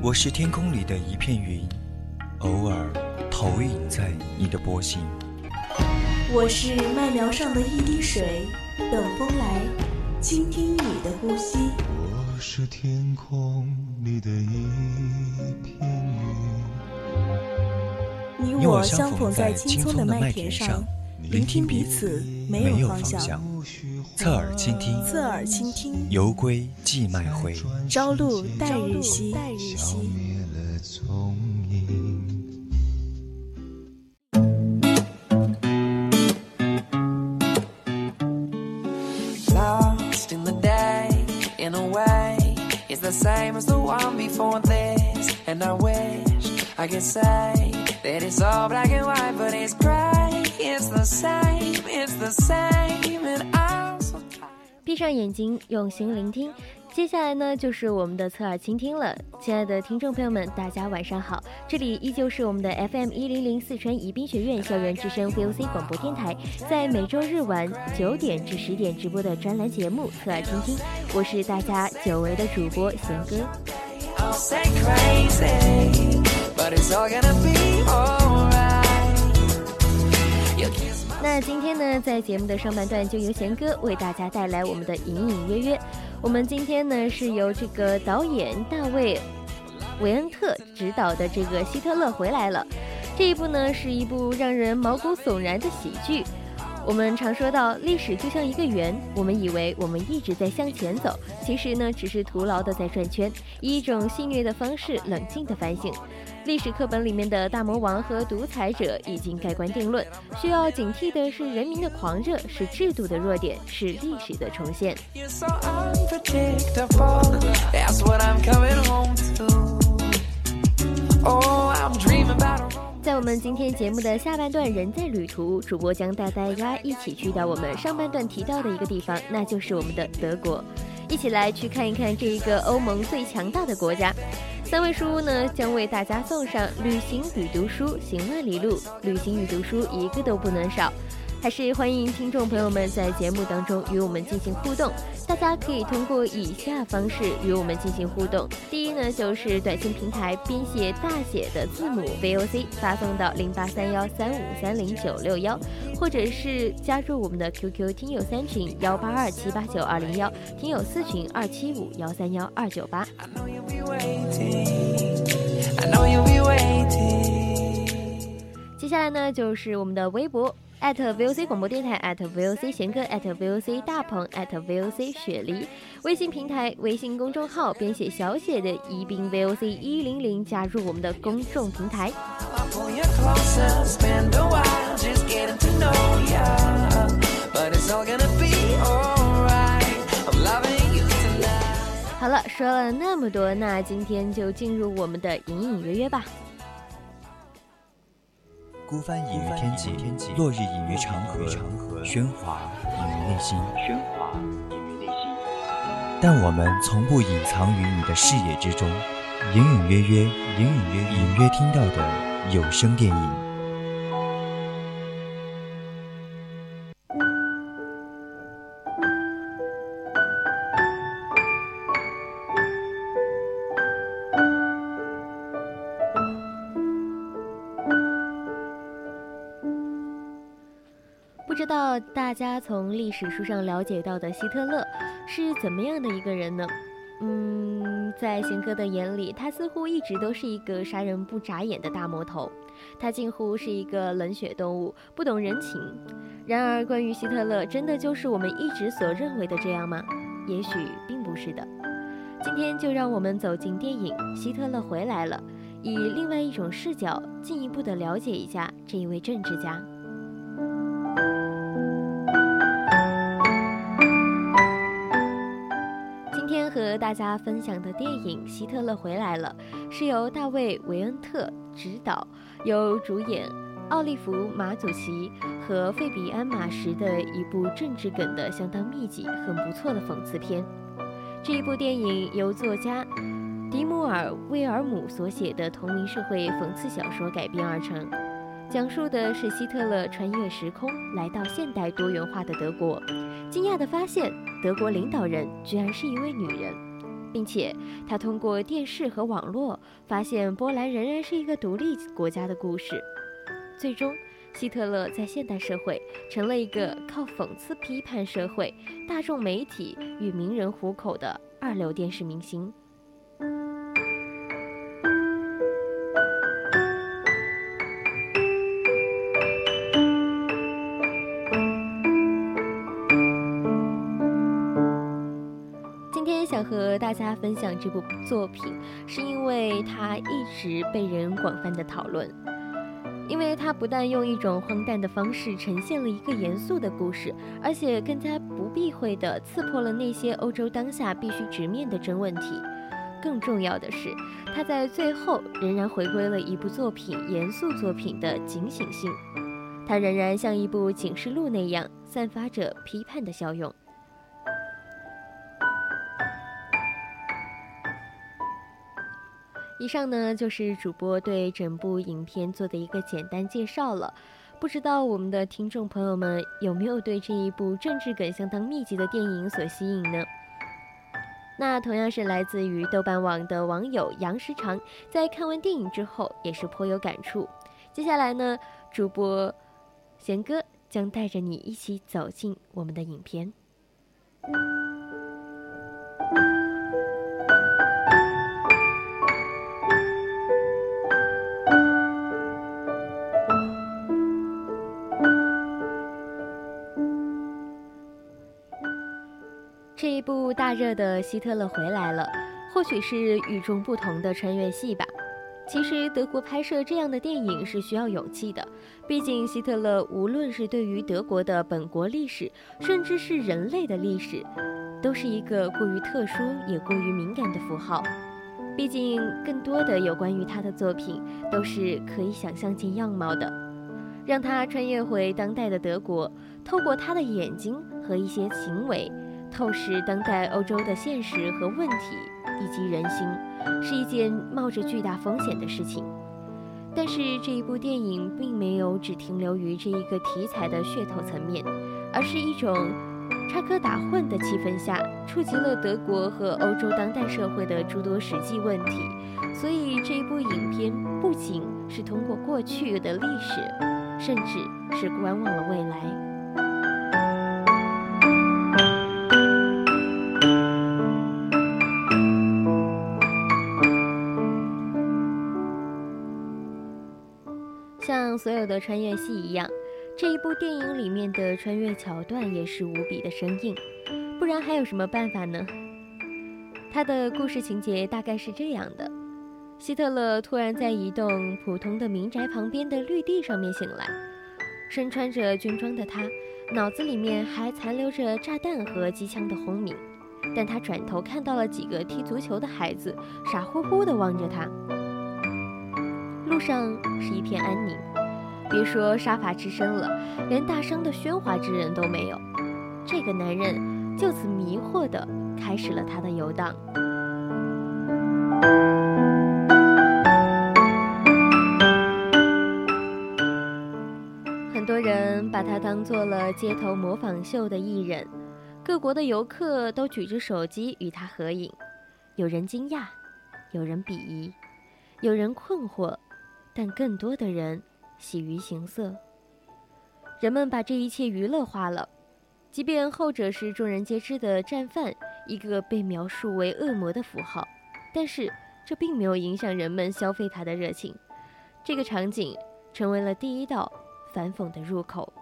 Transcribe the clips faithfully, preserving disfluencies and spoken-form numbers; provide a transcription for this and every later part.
我是天空里的一片云，偶尔投影在你的波心。 我是麦苗上的一滴水，等风来倾听你的呼吸。 我是天空里的一片云，你我相逢在青葱的麦田上，聆听彼此没有方向。 侧耳倾听， 侧耳倾听， 犹归寄麦回， 朝露待日晞， 消灭了踪影。 Lost in the day, in a way, it's the same as the one before this. And I wish I could say that it's all black and white, but it's gray. It's the same, it's the same, and I'm so tired. 闭上眼睛，用心聆听。接下来呢，就是我们的侧耳倾听了。亲爱的听众朋友们，大家晚上好，这里依旧是我们的 F M 一零零四川宜宾学院校园之声 V O C 广播电台，在每周日晚九点至十点直播的专栏节目《侧耳倾听》，我是大家久违的主播贤哥。 I'll say crazy, but it's all gonna be alright. You kiss my 那今天呢，在节目的上半段就由贤哥为大家带来我们的隐隐约约。我们今天呢是由这个导演大卫·韦恩特执导的这个《希特勒回来了》，这一部呢是一部让人毛骨悚然的喜剧。我们常说到历史就像一个圆，我们以为我们一直在向前走，其实呢只是徒劳的在转圈，以一种戏谑的方式冷静的反省。历史课本里面的大魔王和独裁者已经盖棺定论，需要警惕的是人民的狂热，是制度的弱点，是历史的重现。 You're so unpredictable. That's what I'm coming home to. Oh, I'm dreaming about a 在我们今天节目的下半段人在旅途，主播将带大家一起去到我们上半段提到的一个地方，那就是我们的德国，一起来去看一看这一个欧盟最强大的国家。三位书屋呢将为大家送上旅行与读书行万里路，旅行与读书一个都不能少。还是欢迎听众朋友们在节目当中与我们进行互动，大家可以通过以下方式与我们进行互动。第一呢，就是短信平台编写大写的字母 V O C 发送到零八三幺三五三零九六幺，或者是加入我们的 Q Q 听友三群幺八二七八九二零幺，听友四群二七五幺三幺二九八。 I know you'll be waiting. I know you'll be waiting. 接下来呢，就是我们的微博艾特 V O C 广播电台，艾特 V O C 贤哥，艾特 V O C 大鹏，艾特 V O C 雪梨。微信平台、微信公众号编写小写的宜宾 V O C 一零零，加入我们的公众平台。 I'll pull you closer, spend a while just getting to know ya. But it's all gonna be alright. I'm loving you tonight. 好了，说了那么多，那今天就进入我们的隐隐约约吧。 孤帆隐于天际，落日隐于长河，喧哗隐于内心。但我们从不隐藏于你的视野之中，隐隐约约，隐隐约隐约听到的有声电影。 不知道大家从历史书上了解到的希特勒是怎么样的一个人呢？嗯，在贤哥的眼里，他似乎一直都是一个杀人不眨眼的大魔头，他近乎是一个冷血动物，不懂人情。然而，关于希特勒，真的就是我们一直所认为的这样吗？也许并不是的。今天就让我们走进电影《希特勒回来了》，以另外一种视角，进一步的了解一下这一位政治家。今天和大家分享的电影《希特勒回来了》是由大卫·韦恩特执导，由主演奥利弗·马祖奇和费比安·马什的一部政治梗的相当密集、很不错的讽刺片。这一部电影由作家迪姆尔·威尔姆所写的同名社会讽刺小说改编而成，讲述的是希特勒穿越时空来到现代多元化的德国，惊讶地发现德国领导人居然是一位女人。 并且他通过电视和网络发现波兰仍然是一个独立国家的故事。最终，希特勒在现代社会成了一个靠讽刺批判社会、大众媒体与名人糊口的二流电视明星。想和大家分享这部作品，是因为它一直被人广泛的讨论，因为它不但用一种荒诞的方式呈现了一个严肃的故事，而且更加不避讳地刺破了那些欧洲当下必须直面的真问题。更重要的是，它在最后仍然回归了一部作品严肃作品的警醒性，它仍然像一部警示录那样散发着批判的效用。以上呢就是主播对整部影片做的一个简单介绍了，不知道我们的听众朋友们有没有对这一部政治梗相当密集的电影所吸引呢？那同样是来自于豆瓣网的网友杨时长，在看完电影之后也是颇有感触。接下来呢，主播贤哥将带着你一起走进我们的影片。这一部大热的希特勒回来了，或许是与众不同的穿越戏吧。其实德国拍摄这样的电影是需要勇气的，毕竟希特勒无论是对于德国的本国历史，甚至是人类的历史，都是一个过于特殊也过于敏感的符号。毕竟更多的有关于他的作品都是可以想象见样貌的，让他穿越回当代的德国，透过他的眼睛和一些行为透视当代欧洲的现实和问题以及人心，是一件冒着巨大风险的事情。但是这一部电影并没有只停留于这一个题材的噱头层面，而是一种插科打诨的气氛下，触及了德国和欧洲当代社会的诸多实际问题。所以这一部影片不仅是通过过去的历史，甚至是观望了未来。像所有的穿越戏一样，这一部电影里面的穿越桥段也是无比的生硬，不然还有什么办法呢？它的故事情节大概是这样的：希特勒突然在一栋普通的民宅旁边的绿地上面醒来，身穿着军装的他，脑子里面还残留着炸弹和机枪的轰鸣，但他转头看到了几个踢足球的孩子，傻乎乎地望着他。路上是一片安宁，别说杀伐之声了，连大声的喧哗之人都没有。这个男人就此迷惑地开始了他的游荡。很多人把他当做了街头模仿秀的艺人，各国的游客都举着手机与他合影，有人惊讶，有人鄙夷，有人困惑，但更多的人喜于形色。人们把这一切娱乐化了，即便后者是众人皆知的战犯，一个被描述为恶魔的符号，但是这并没有影响人们消费它的热情。这个场景成为了第一道反讽的入口。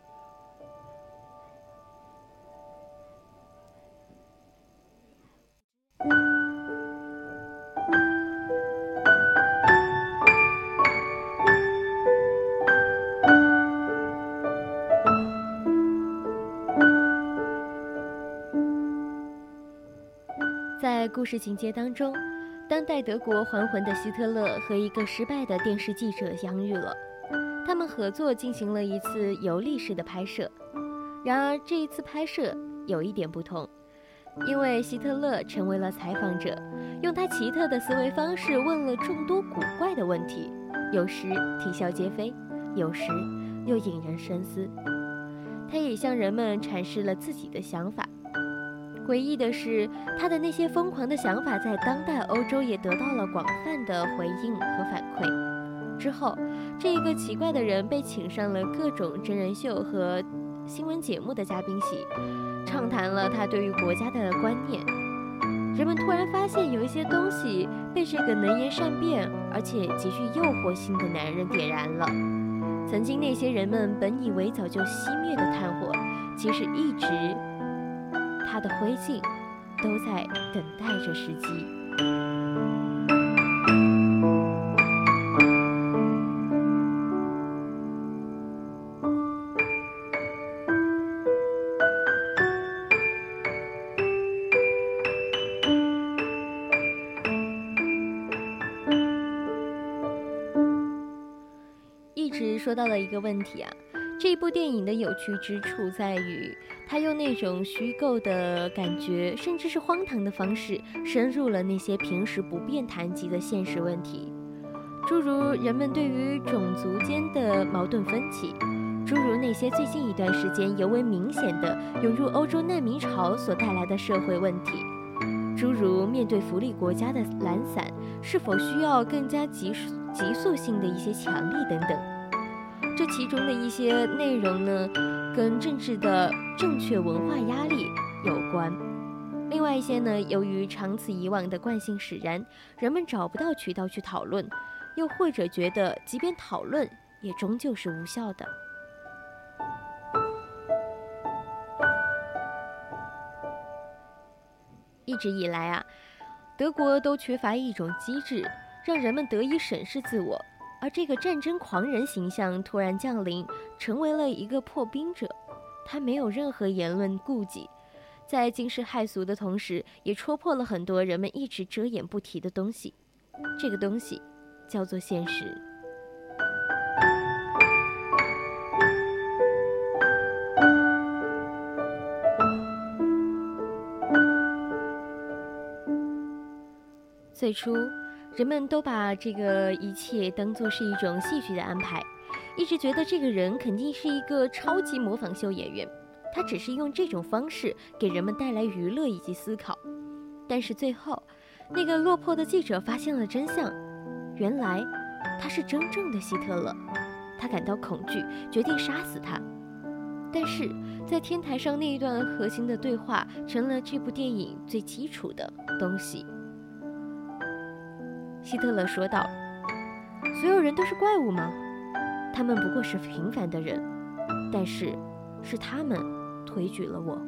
在故事情节当中，当代德国还魂的希特勒和一个失败的电视记者相遇了，他们合作进行了一次游历式的拍摄。然而这一次拍摄有一点不同，因为希特勒成为了采访者，用他奇特的思维方式问了众多古怪的问题，有时啼笑皆非，有时又引人深思。他也向人们阐释了自己的想法。 诡异的是，他的那些疯狂的想法在当代欧洲也得到了广泛的回应和反馈。之后，这一个奇怪的人被请上了各种真人秀和新闻节目的嘉宾席，畅谈了他对于国家的观念。人们突然发现，有一些东西被这个能言善辩而且极具诱惑性的男人点燃了。曾经那些人们本以为早就熄灭的炭火，其实一直它的灰烬都在等待着时机。一直说到了一个问题啊，这一部电影的有趣之处在于，它用那种虚构的感觉，甚至是荒唐的方式，深入了那些平时不便谈及的现实问题，诸如人们对于种族间的矛盾分歧，诸如那些最近一段时间尤为明显的涌入欧洲难民潮所带来的社会问题，诸如面对福利国家的懒散，是否需要更加急速急速性的一些强力等等。这其中的一些内容呢，跟政治的正确文化压力有关。另外一些呢，由于长此以往的惯性使然，人们找不到渠道去讨论，又或者觉得即便讨论也终究是无效的。一直以来啊，德国都缺乏一种机制，让人们得以审视自我，而这个战争狂人形象突然降临，成为了一个破冰者。他没有任何言论顾忌，在惊世骇俗的同时，也戳破了很多人们一直遮掩不提的东西。这个东西叫做现实。最初，人们都把这个一切当作是一种戏剧的安排，一直觉得这个人肯定是一个超级模仿秀演员，他只是用这种方式给人们带来娱乐以及思考。但是最后，那个落魄的记者发现了真相，原来他是真正的希特勒。他感到恐惧，决定杀死他。但是在天台上那一段核心的对话，成了这部电影最基础的东西。希特勒说道：“所有人都是怪物吗？他们不过是平凡的人，但是是他们推举了我。”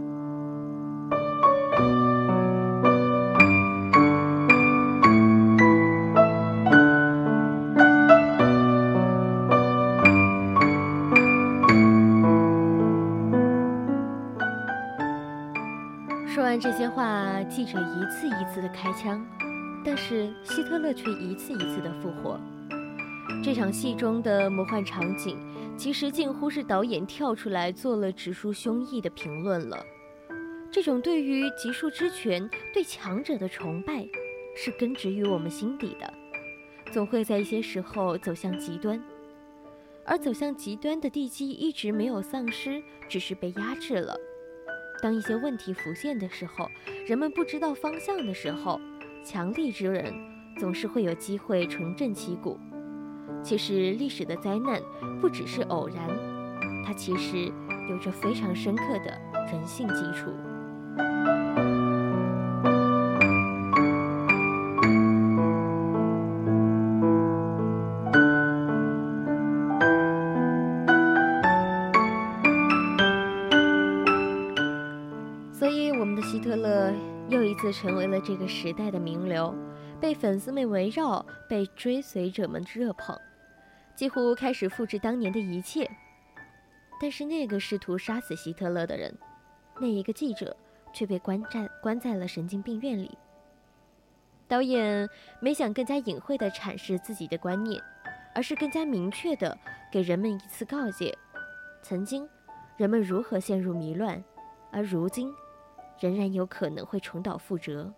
说完这些话，记者一次一次的开枪。但是希特勒却一次一次的复活。这场戏中的魔幻场景，其实近乎是导演跳出来做了直抒胸臆的评论了。这种对于极数之权、对强者的崇拜，是根植于我们心底的，总会在一些时候走向极端。而走向极端的地基一直没有丧失，只是被压制了。当一些问题浮现的时候，人们不知道方向的时候，强力之人总是会有机会重振旗鼓。其实历史的灾难不只是偶然，它其实有着非常深刻的人性基础。所以我们的希特勒又一次成为了这个时代的名流，被粉丝们围绕，被追随者们热捧，几乎开始复制当年的一切。但是那个试图杀死希特勒的人，那一个记者却被关在关在了神经病院里。导演没想更加隐晦地阐释自己的观念，而是更加明确地给人们一次告诫：曾经人们如何陷入迷乱，而如今仍然有可能会重蹈覆辙。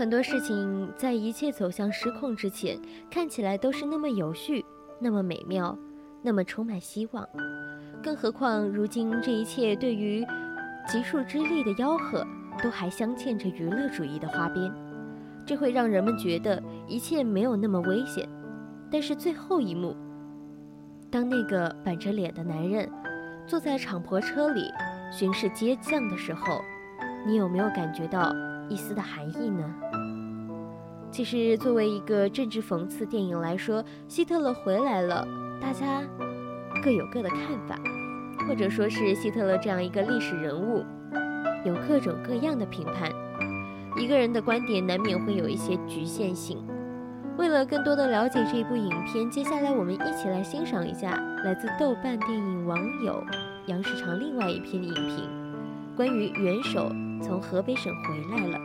很多事情在一切走向失控之前，看起来都是那么有序，那么美妙，那么充满希望。更何况如今这一切对于集数之力的吆喝，都还镶嵌着娱乐主义的花边，这会让人们觉得一切没有那么危险。但是最后一幕，当那个板着脸的男人坐在敞篷车里巡视街巷的时候，你有没有感觉到一丝的寒意呢？其实作为一个政治讽刺电影来说，希特勒回来了，大家各有各的看法，或者说是希特勒这样一个历史人物有各种各样的评判，一个人的观点难免会有一些局限性。为了更多的了解这部影片，接下来我们一起来欣赏一下来自豆瓣电影网友杨世长另外一篇影评，关于元首从河北省回来了。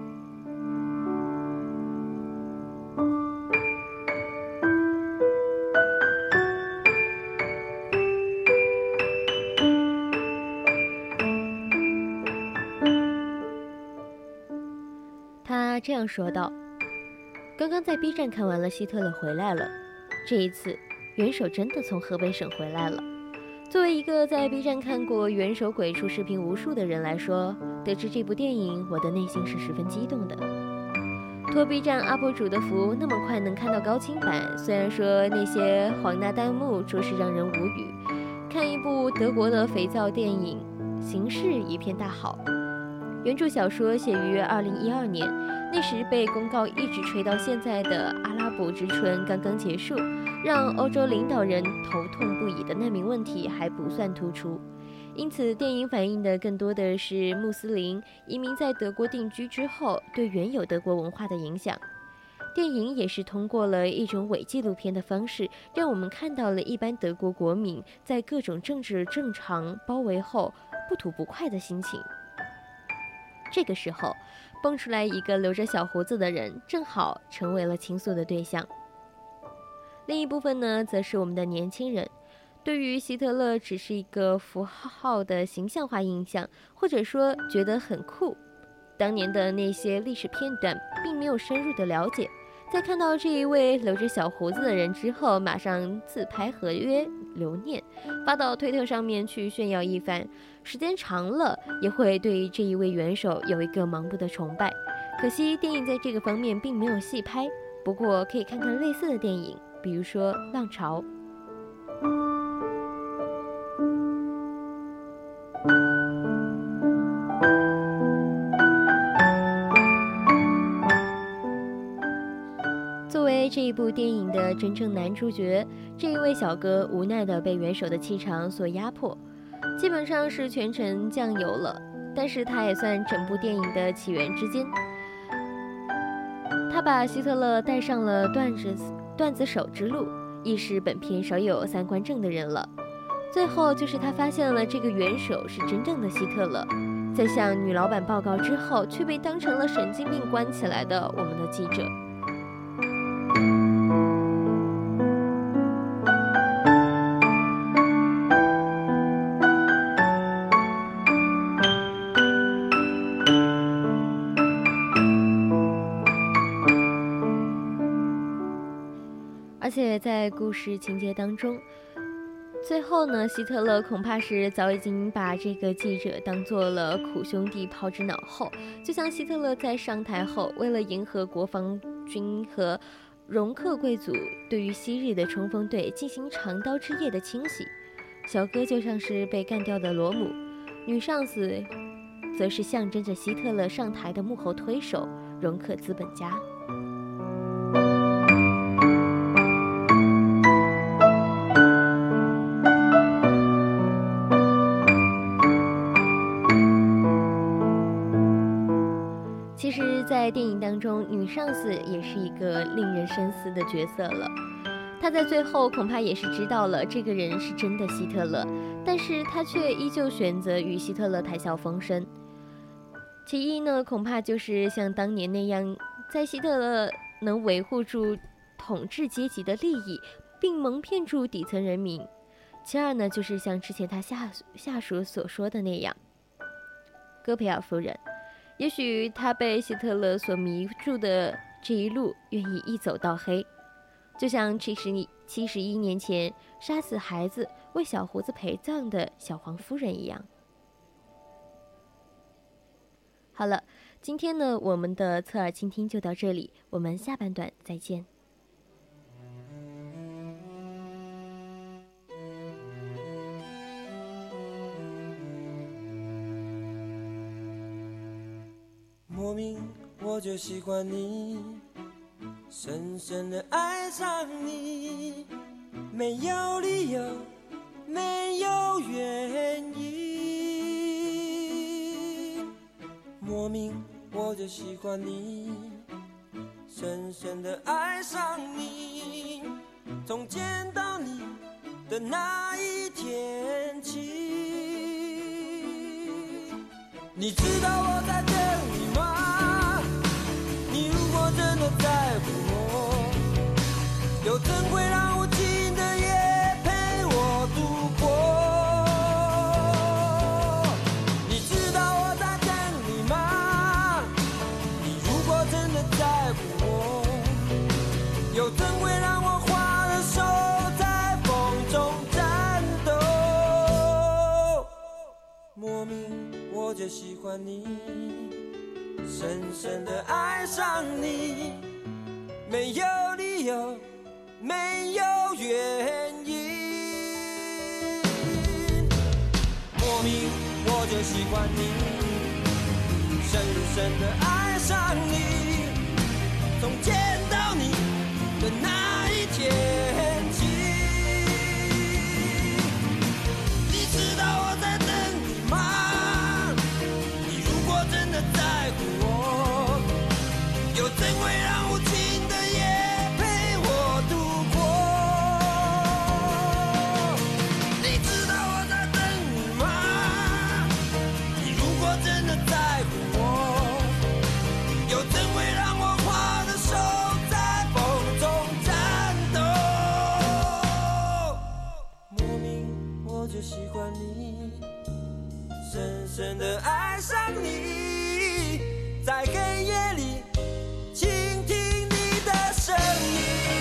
他这样说道：刚刚在 B 站看完了希特勒回来了，这一次元首真的从河北省回来了。作为一个在 B 站看过元首鬼畜视频无数的人来说，得知这部电影，我的内心是十分激动的。托 B 站 U P 主的福，那么快能看到高清版，虽然说那些黄大弹幕着实让人无语。看一部德国的肥皂电影，形势一片大好。原著小说写于二零一二年，那时被公告一直吹到现在的阿拉伯之春刚刚结束，让欧洲领导人头痛不已的难民问题还不算突出，因此电影反映的更多的是穆斯林移民在德国定居之后对原有德国文化的影响。电影也是通过了一种伪纪录片的方式，让我们看到了一般德国国民在各种政治正常包围后不吐不快的心情。这个时候蹦出来一个留着小胡子的人，正好成为了倾诉的对象。另一部分呢，则是我们的年轻人对于希特勒只是一个符号的形象化印象，或者说觉得很酷，当年的那些历史片段并没有深入的了解，在看到这一位留着小胡子的人之后，马上自拍合约留念，发到推特上面去炫耀一番，时间长了也会对这一位元首有一个盲目的崇拜。可惜电影在这个方面并没有细拍，不过可以看看类似的电影，比如说《浪潮》。作为这一部电影的真正男主角，这一位小哥无奈地被元首的气场所压迫，基本上是全程酱油了，但是他也算整部电影的起源之间。他把希特勒带上了段子段子手之路，亦是本片少有三观正的人了。最后就是他发现了这个元首是真正的希特勒，在向女老板报告之后，却被当成了神经病关起来的我们的记者。而且在故事情节当中，最后呢，希特勒恐怕是早已经把这个记者当做了苦兄弟抛之脑后，就像希特勒在上台后，为了迎合国防军和容克贵族对于昔日的冲锋队进行长刀之夜的清洗，小哥就像是被干掉的罗姆，女上司则是象征着希特勒上台的幕后推手容克资本家。其实在电影当中，女上司也是一个令人深思的角色了。她在最后恐怕也是知道了这个人是真的希特勒，但是她却依旧选择与希特勒谈笑风生。其一呢，恐怕就是像当年那样，在希特勒能维护住统治阶级的利益，并蒙骗住底层人民。其二呢，就是像之前他下下属所说的那样，戈培尔夫人， 也许他被希特勒所迷住的这一路，愿意一走到黑，就像七十七十一年前杀死孩子为小胡子陪葬的小黄夫人一样。好了，今天呢，我们的侧耳倾听就到这里，我们下半段再见。 莫名我就喜欢你，深深的爱上你，没有理由，没有原因。莫名我就喜欢你，深深的爱上你，从见到你的那一天起。你知道我在等你吗？你如果真的在乎我，又怎会让无情的夜陪我度过？你知道我在等你吗？你如果真的在乎我，又怎会让我花了手在风中颤抖？莫名我就喜欢你，深深的爱上你，没有理由，没有原因。莫名我就喜欢你，深深的爱上你，从见到你的那一天起。你知道我在等你吗？真的在乎我，又怎会让无情的夜陪我度过？你知道我在等你吗？你如果真的在乎我，又怎会让我花的手在风中颤抖？莫名我就喜欢你，深深的爱上你，在黑夜里倾听你的声音。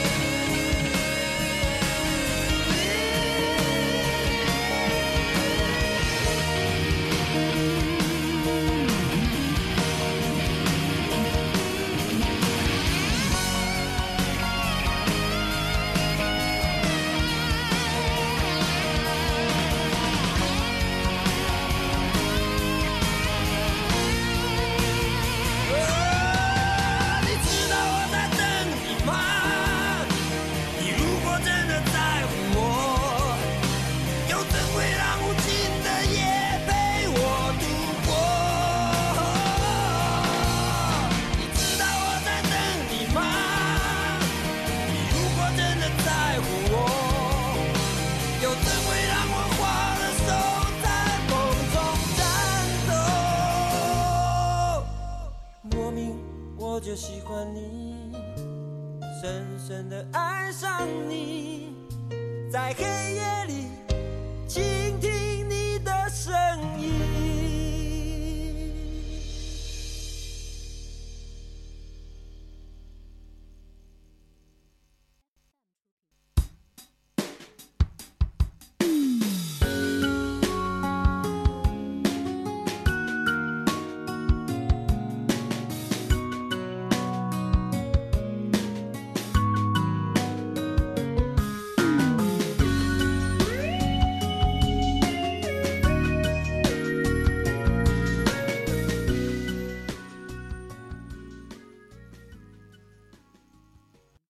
我就喜欢你，深深的爱上你，在黑夜里